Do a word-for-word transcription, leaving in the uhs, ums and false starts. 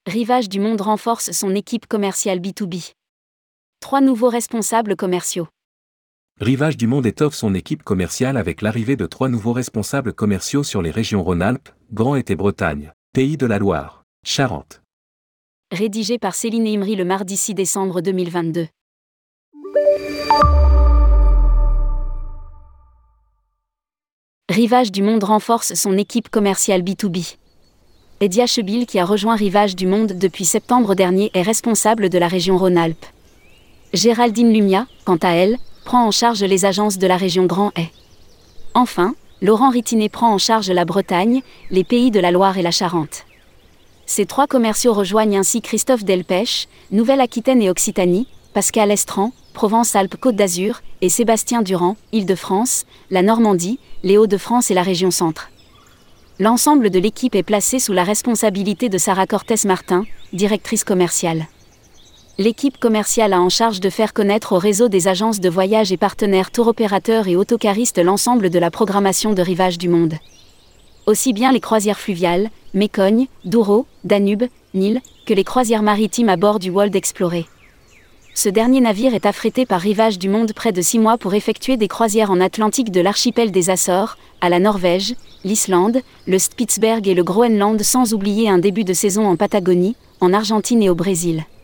Rivage du Monde renforce son équipe commerciale B deux B. Trois nouveaux responsables commerciaux. Rivage du Monde étoffe son équipe commerciale avec l'arrivée de trois nouveaux responsables commerciaux sur les régions Rhône-Alpes, Grand Est et Bretagne, Pays de la Loire, Charente. Rédigé par Céline Imri le mardi six décembre deux mille vingt-deux. Rivage du Monde renforce son équipe commerciale B deux B. Edia Chebil, qui a rejoint Rivage du Monde depuis septembre dernier, est responsable de la région Rhône-Alpes. Géraldine Lumia, quant à elle, prend en charge les agences de la région Grand Est. Enfin, Laurent Ritiné prend en charge la Bretagne, les Pays de la Loire et la Charente. Ces trois commerciaux rejoignent ainsi Christophe Delpech, Nouvelle-Aquitaine et Occitanie, Pascal Estran, Provence-Alpes-Côte d'Azur, et Sébastien Durand, Île-de-France, la Normandie, les Hauts-de-France et la région Centre. L'ensemble de l'équipe est placé sous la responsabilité de Sarah Cortès-Martin, directrice commerciale. L'équipe commerciale a en charge de faire connaître au réseau des agences de voyage et partenaires tour-opérateurs et autocaristes l'ensemble de la programmation de Rivage du Monde. Aussi bien les croisières fluviales, Mécogne, Douro, Danube, Nil, que les croisières maritimes à bord du World Explorer. Ce dernier navire est affrété par Rivage du Monde près de six mois pour effectuer des croisières en Atlantique de l'archipel des Açores, à la Norvège, l'Islande, le Spitzberg et le Groenland, sans oublier un début de saison en Patagonie, en Argentine et au Brésil.